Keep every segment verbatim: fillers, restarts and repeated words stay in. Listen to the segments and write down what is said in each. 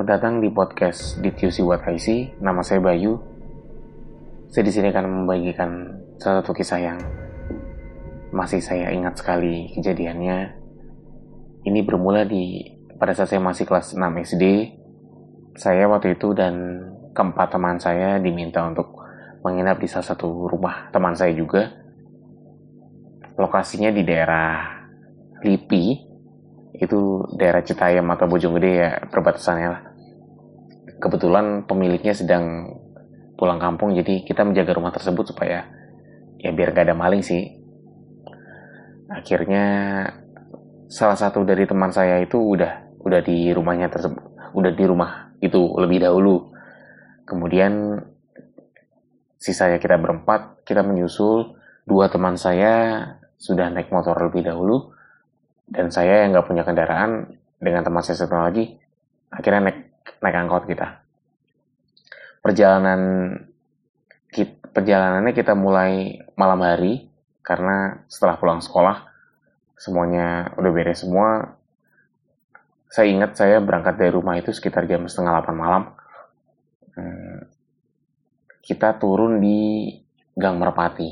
Selamat datang di podcast Did You See What I See? Nama saya Bayu. Saya di sini akan membagikan salah satu kisah yang masih saya ingat sekali kejadiannya. Ini bermula di pada saat saya masih kelas enam S D. Saya waktu itu dan keempat teman saya diminta untuk menginap di salah satu rumah teman saya juga. Lokasinya di daerah Lipi, itu daerah Citayam atau Bojonggede ya, perbatasannya lah. Kebetulan pemiliknya sedang pulang kampung, jadi kita menjaga rumah tersebut supaya ya biar gak ada maling sih. Akhirnya salah satu dari teman saya itu udah udah di rumahnya tersebut, udah di rumah itu lebih dahulu. Kemudian sisanya kita berempat, kita menyusul. Dua teman saya sudah naik motor lebih dahulu, dan saya yang nggak punya kendaraan dengan teman saya satu lagi akhirnya naik naik angkot kita. Perjalanan kita, perjalanannya kita mulai malam hari karena setelah pulang sekolah semuanya udah beres semua. Saya ingat saya berangkat dari rumah itu sekitar jam setengah delapan malam. Hmm, kita turun di Gang Merpati.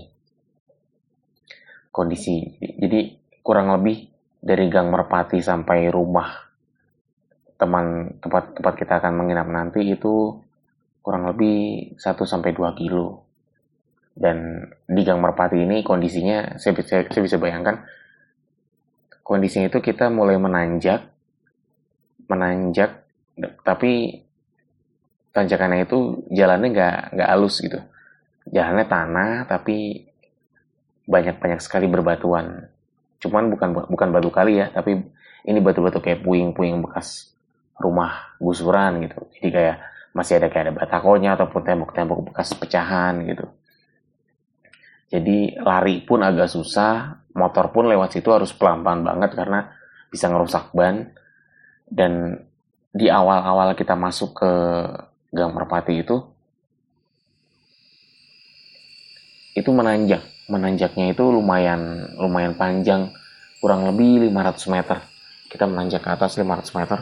Kondisi jadi kurang lebih dari Gang Merpati sampai rumah teman tempat tempat kita akan menginap nanti itu kurang lebih satu sampai dua kilo. Dan di Gang Merpati ini kondisinya saya, saya, saya bisa bayangkan kondisinya itu kita mulai menanjak menanjak tapi tanjakannya itu jalannya nggak nggak halus gitu. Jalannya tanah tapi banyak-banyak sekali berbatuan. Cuman bukan bukan batu kali ya, tapi ini batu-batu kayak puing-puing bekas rumah gusuran gitu. Jadi kayak masih ada kayak ada batakonya ataupun tembok-tembok bekas pecahan gitu. Jadi lari pun agak susah, motor pun lewat situ harus pelan-pelan banget karena bisa ngerusak ban. Dan di awal-awal kita masuk ke Gang Merpati itu, itu menanjak. Menanjaknya itu lumayan lumayan panjang, kurang lebih lima ratus meter. Kita menanjak ke atas lima ratus meter.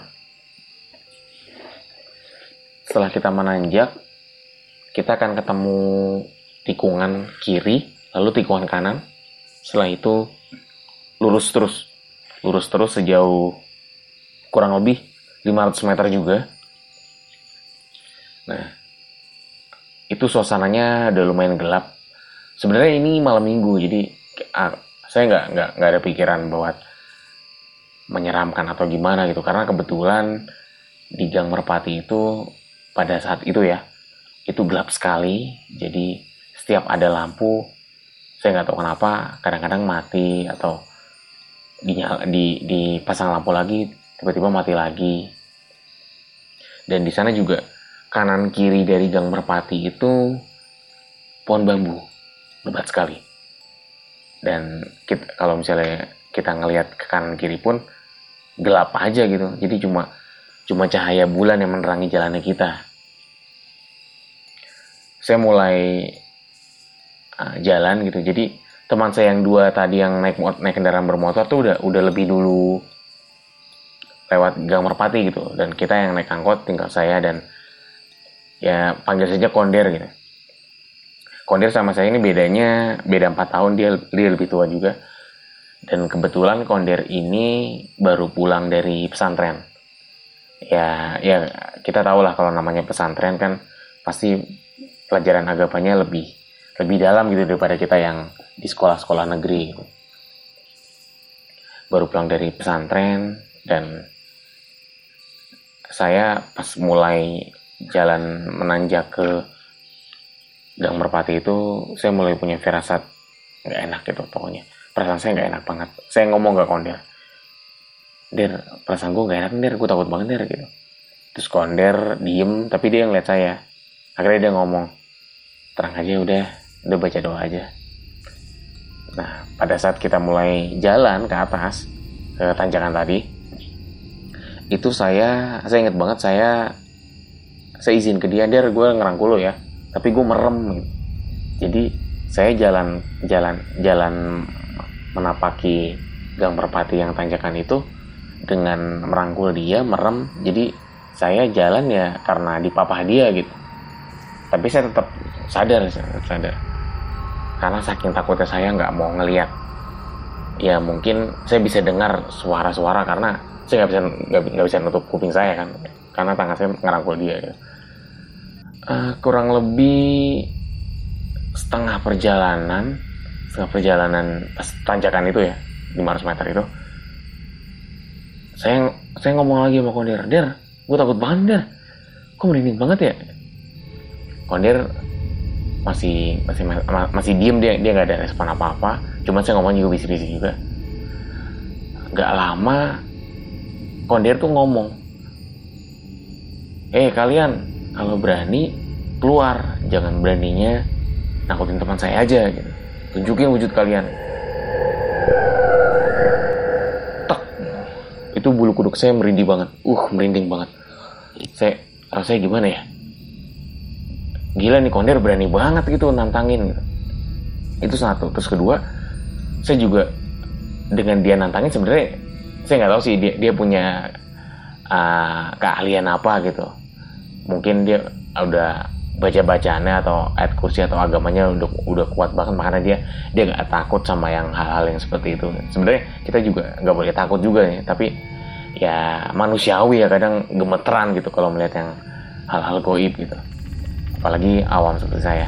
Setelah kita menanjak, kita akan ketemu tikungan kiri, lalu tikungan kanan. Setelah itu lurus terus. Lurus terus sejauh kurang lebih lima ratus meter juga. Nah, itu suasananya udah lumayan gelap. Sebenarnya ini malam minggu, jadi ah, saya nggak nggak nggak ada pikiran buat menyeramkan atau gimana gitu, karena kebetulan di Gang Merpati itu pada saat itu ya itu gelap sekali. Jadi setiap ada lampu, saya nggak tahu kenapa kadang-kadang mati atau dinyala, di dipasang lampu lagi tiba-tiba mati lagi. Dan di sana juga kanan kiri dari Gang Merpati itu pohon bambu lebat sekali. Dan kita, kalau misalnya kita ngelihat ke kanan kiri pun gelap aja gitu. Jadi cuma cuma cahaya bulan yang menerangi jalannya kita. Saya mulai uh, jalan gitu. Jadi teman saya yang dua tadi yang naik naik kendaraan bermotor tuh udah udah lebih dulu lewat Gang Merpati gitu. Dan kita yang naik angkot tinggal saya dan ya panggil saja Konder gitu. Konder sama saya ini bedanya beda empat tahun, dia dia lebih tua juga. Dan kebetulan Konder ini baru pulang dari pesantren. Ya ya kita tahu lah kalau namanya pesantren kan pasti pelajaran agamanya lebih lebih dalam gitu daripada kita yang di sekolah-sekolah negeri gitu. Baru pulang dari pesantren dan saya pas mulai jalan menanjak ke Gang Merpati itu saya mulai punya firasat nggak enak gitu pokoknya. Perasaan saya nggak enak banget. Saya ngomong ke Konder, Der, perasaan gue nggak enak Der, gue takut banget Der gitu. Terus Konder diem tapi dia ngeliat saya. Akhirnya dia ngomong, terang aja udah, udah baca doa aja. Nah pada saat kita mulai jalan ke atas ke tanjakan tadi, itu saya saya inget banget saya saya izin ke dia, Der, gue ngerangkul lo ya. Tapi gue merem gitu. Jadi saya jalan jalan jalan menapaki Gang Merpati yang tanjakan itu dengan merangkul dia, merem. Jadi saya jalan ya karena dipapah dia gitu. Tapi saya tetap sadar, saya tetap sadar. Karena saking takutnya saya nggak mau ngelihat. Ya mungkin saya bisa dengar suara-suara karena saya nggak bisa nggak bisa nutup kuping saya kan, karena tangan saya ngerangkul dia. Gitu. Uh, kurang lebih setengah perjalanan, setengah perjalanan pas tanjakan itu ya, lima ratus meter itu, saya saya ngomong lagi sama Kondir, Der, gue takut banget Der, kok merinding banget ya. Kondir masih masih masih diem, dia dia nggak ada respon apa-apa. Cuman saya ngomong juga bisik-bisik juga. Gak lama Kondir tuh ngomong, eh kalian kalau berani keluar, jangan beraninya nakutin teman saya aja gitu. Tunjukin wujud kalian. Tak, itu bulu kuduk saya merinding banget. Uh, merinding banget. Saya rasanya gimana ya? Gila nih, Kondir berani banget gitu nantangin gitu. Itu satu. Terus kedua, saya juga dengan dia nantangin sebenarnya saya nggak tahu sih dia dia punya uh, keahlian apa gitu. Mungkin dia udah baca-bacaannya atau ayat kursi atau agamanya udah udah kuat banget, makanya dia dia nggak takut sama yang hal-hal yang seperti itu. Sebenarnya kita juga nggak boleh takut juga ya, tapi ya manusiawi ya, kadang gemeteran gitu kalau melihat yang hal-hal goib gitu. Apalagi awam seperti saya.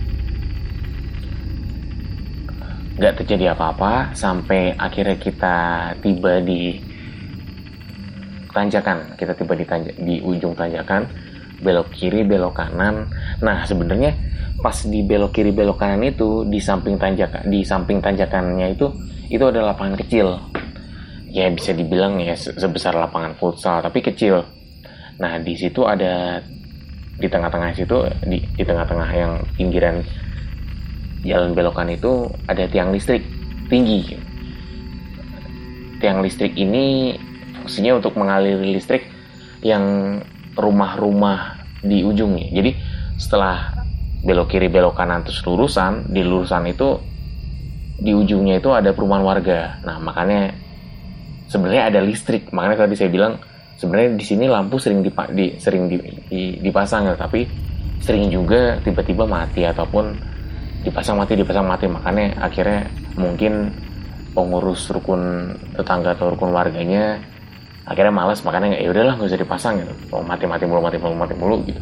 Gak terjadi apa-apa sampai akhirnya kita tiba di tanjakan. Kita tiba di, tanja- di ujung tanjakan, belok kiri, belok kanan. Nah sebenarnya pas di belok kiri, belok kanan itu di samping tanjakan, di samping tanjakannya itu itu ada lapangan kecil. Ya bisa dibilang ya sebesar lapangan futsal tapi kecil. Nah di situ ada di tengah-tengah situ di, di tengah-tengah yang pinggiran jalan belokan itu ada tiang listrik tinggi. Tiang listrik ini fungsinya untuk mengaliri listrik yang rumah-rumah di ujungnya. Jadi setelah belok kiri belok kanan terus lurusan, di lurusan itu di ujungnya itu ada perumahan warga. Nah makanya sebenarnya ada listrik. Makanya tadi saya bilang sebenarnya di sini lampu sering dipa, di, sering di, di, dipasang ya, tapi sering juga tiba-tiba mati ataupun dipasang mati dipasang mati. Makanya akhirnya mungkin pengurus rukun tetangga atau rukun warganya akhirnya malas, makanya ya udahlah nggak usah dipasang gitu. Oh, mati-mati mulu mati mulu mati mulu gitu.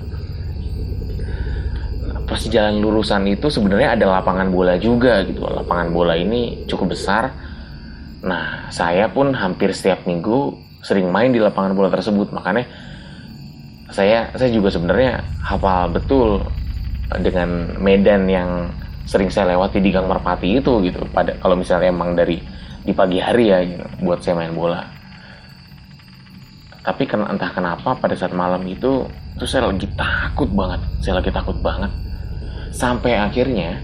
Nah, pas jalan lurusan itu sebenarnya ada lapangan bola juga gitu. Lapangan bola ini cukup besar. Nah saya pun hampir setiap minggu sering main di lapangan bola tersebut, makanya saya saya juga sebenarnya hafal betul dengan medan yang sering saya lewati di Gang Merpati itu gitu. Pada kalau misalnya emang dari di pagi hari ya gitu, buat saya main bola. Tapi ken, entah kenapa pada saat malam itu itu saya lagi takut banget, saya lagi takut banget. Sampai akhirnya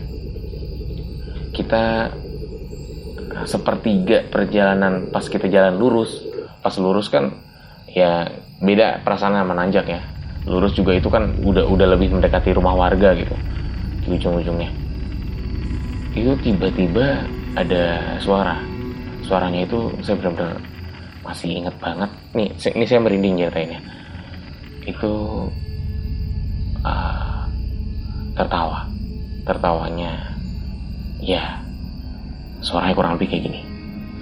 kita sepertiga perjalanan pas kita jalan lurus. Pas lurus kan ya beda perasaan sama nanjak ya. Lurus juga itu kan udah udah lebih mendekati rumah warga gitu di ujung-ujungnya. Itu tiba-tiba ada suara. Suaranya itu saya benar-benar masih ingat banget. Nih, ini saya merinding ceritain ya. Itu uh, tertawa. Tertawanya ya suaranya kurang lebih kayak gini.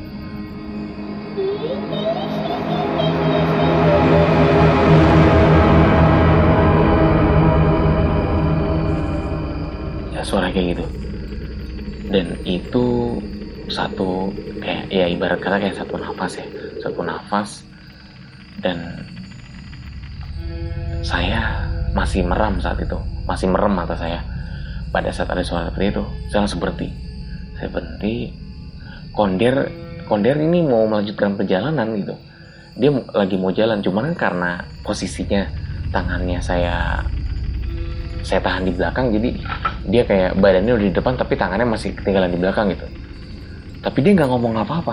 Ya suara kayak gitu. Dan itu satu kayak ya ibarat kata kayak satu nafas ya, satu nafas. Dan saya masih merem saat itu, masih merem mata saya pada saat ada suara seperti itu. Saya langsung berhenti, saya berhenti. Kondir Kondir ini mau melanjutkan perjalanan gitu. Dia lagi mau jalan, cuman karena posisinya tangannya saya saya tahan di belakang, jadi dia kayak badannya udah di depan tapi tangannya masih ketinggalan di belakang gitu. Tapi dia nggak ngomong apa-apa.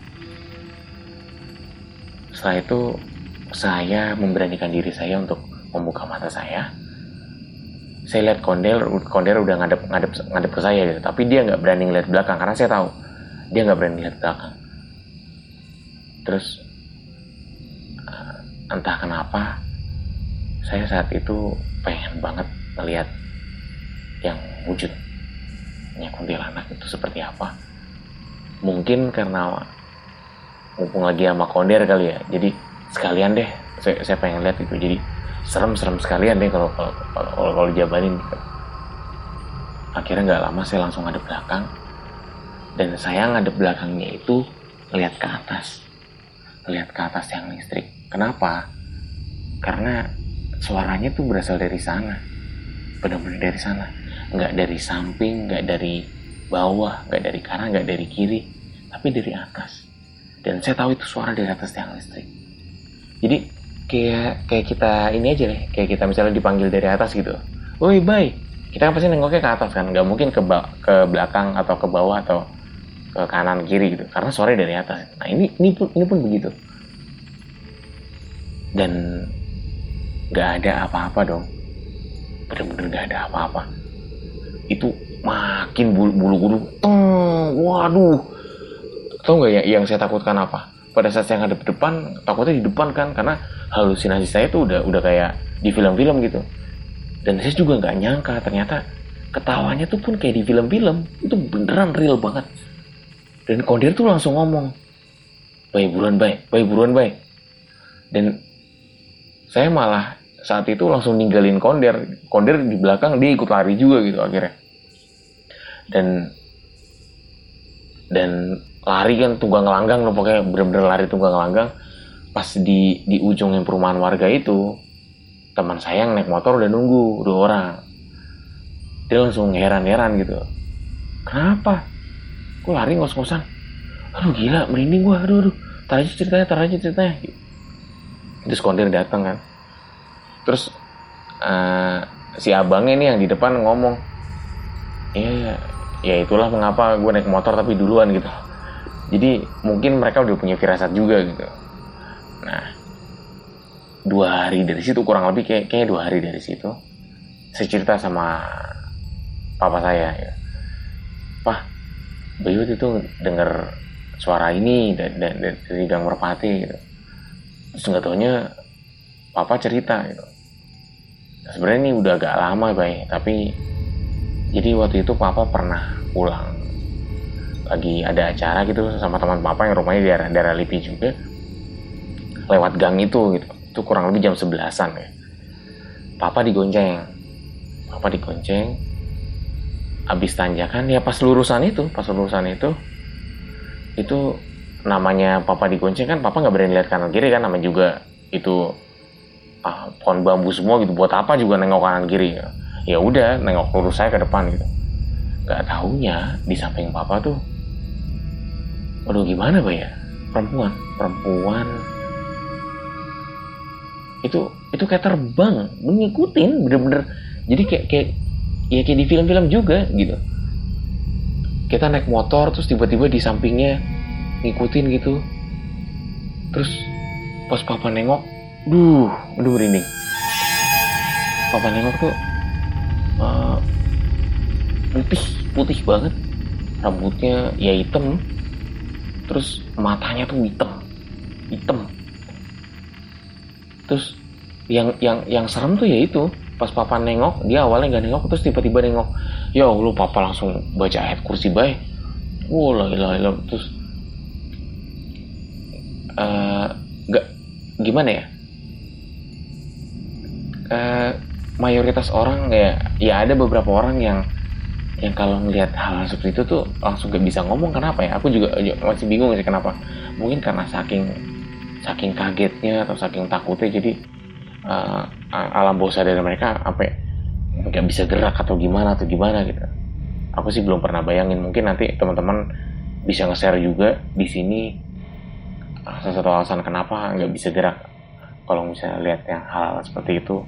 Setelah itu saya memberanikan diri saya untuk membuka mata saya. Saya lihat Kondir, Kondir udah ngadep ngadep ngadep ke saya gitu. Tapi dia nggak berani ngeliat belakang karena saya tahu dia nggak berani ngeliat belakang. Terus entah kenapa saya saat itu pengen banget ngelihat yang wujudnya kuntilanak itu seperti apa. Mungkin karena mumpung lagi sama konder kali ya, jadi sekalian deh saya, saya pengen lihat itu. Jadi serem-serem sekalian deh kalau kalau kalau, kalau dijabarin gitu. Akhirnya nggak lama saya langsung ngadep belakang, dan saya ngadep belakangnya itu ngeliat ke atas, ngeliat ke atas yang listrik. Kenapa? Karena suaranya tuh berasal dari sana, benar-benar dari sana, nggak dari samping, nggak dari bawah, nggak dari kanan, nggak dari kiri, tapi dari atas. Dan saya tahu itu suara dari atas tiang listrik. Jadi kayak kayak kita ini aja deh, kayak kita misalnya dipanggil dari atas gitu. Woi bay, kita kan pasti nengoknya ke atas kan, nggak mungkin ke ba- ke belakang atau ke bawah atau ke kanan kiri gitu, karena suaranya dari atas. Nah ini ini pun ini pun begitu. Dan nggak ada apa-apa dong, bener-bener nggak ada apa-apa. Itu makin bulu bulu kudu, waduh. Tahu nggak ya yang saya takutkan apa? Pada saat saya ngadep depan, takutnya di depan kan, karena halusinasi saya tuh udah udah kayak di film-film gitu. Dan saya juga nggak nyangka ternyata ketawanya tuh pun kayak di film-film, itu beneran real banget. Dan konder tuh langsung ngomong, "Bay buruan bay, bay buruan bay." Dan saya malah saat itu langsung ninggalin konder, konder di belakang, dia ikut lari juga gitu akhirnya. Dan dan lari kan tunggang langgang loh, pokoknya bener-bener lari tunggang langgang. Pas di di ujungnya perumahan warga itu, teman saya yang naik motor udah nunggu, dua orang. Dia langsung heran-heran gitu, kenapa? Kok lari ngos-ngosan? Aduh gila, merinding gua, aduh aduh. Tar aja ceritanya, tar aja ceritanya. Terus konder datang kan. Terus uh, si abangnya nih yang di depan ngomong, ya ya itulah mengapa gue naik motor tapi duluan gitu. Jadi mungkin mereka udah punya firasat juga gitu. Nah, dua hari dari situ, kurang lebih kayak kayaknya dua hari dari situ, saya cerita sama papa saya, ya, "Pak, Bayu itu denger suara ini dari, dari, dari Gang Merpati gitu." Terus nggak taunya papa cerita gitu. Nah, sebenarnya ini udah agak lama Bay, tapi jadi waktu itu papa pernah pulang, lagi ada acara gitu sama teman papa yang rumahnya di daerah, daerah Lipi juga, lewat gang itu gitu. Itu kurang lebih jam sebelasan ya. Papa digonceng. Papa digonceng. Abis tanjakan ya pas lurusan itu, pas lurusan itu itu namanya papa digonceng kan, papa nggak berani lihat kanan kiri kan, namanya juga itu ah, pohon bambu semua gitu, buat apa juga nengok kanan kiri ya. Ya udah nengok lurus saya ke depan gitu. Gak taunya di samping papa tuh, aduh gimana Bay ya, perempuan perempuan itu itu kayak terbang mengikutin, bener-bener. Jadi kayak kayak ya kayak di film-film juga gitu. Kita naik motor terus tiba-tiba di sampingnya ngikutin gitu. Terus pas papa nengok, duh, aduh merinding. Papa nengok tuh uh, putih putih banget, rambutnya ya hitam, terus matanya tuh hitam hitam. Terus yang yang yang serem tuh ya itu pas papa nengok, dia awalnya nggak nengok, terus tiba-tiba nengok. Ya Allah, papa langsung baca ayat kursi Bay. Wow, la ilaha illallah. Terus uh, nggak gimana ya, uh, mayoritas orang ya ya ada beberapa orang yang yang kalau ngelihat hal seperti itu tuh langsung gak bisa ngomong. Kenapa ya? Aku juga masih bingung sih kenapa. Mungkin karena saking saking kagetnya atau saking takutnya, jadi uh, alam bawah sadar mereka sampai nggak bisa gerak atau gimana atau gimana gitu. Aku sih belum pernah bayangin. Mungkin nanti teman-teman bisa nge-share juga di sini salah satu alasan kenapa nggak bisa gerak kalau misalnya lihat yang hal seperti itu.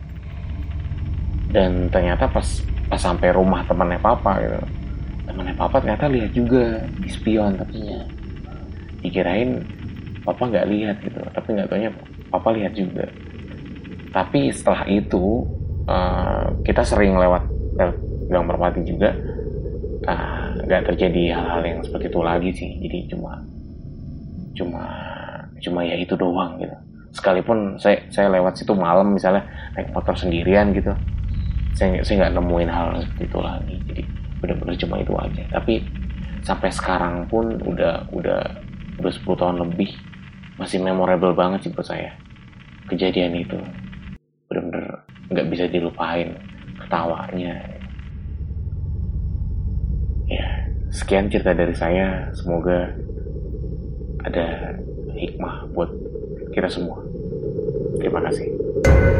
Dan ternyata pas pas sampai rumah temannya papa gitu, temannya papa ternyata lihat juga di spion, tapi dikirain papa nggak lihat gitu, tapi nggak taunya papa lihat juga. Tapi setelah itu uh, kita sering lewat Gang Merpati juga, nggak uh, terjadi hal-hal yang seperti itu lagi sih. Jadi cuma cuma cuma ya itu doang gitu. sekalipun saya saya lewat situ malam misalnya naik motor sendirian gitu, saya saya nggak nemuin hal itu lagi. Jadi benar-benar cuma itu aja. Tapi sampai sekarang pun udah udah udah sepuluh tahun lebih, masih memorable banget sih buat saya kejadian itu. Benar-benar nggak bisa dilupain ketawanya. Ya, sekian cerita dari saya. Semoga ada hikmah buat kita semua. Terima kasih.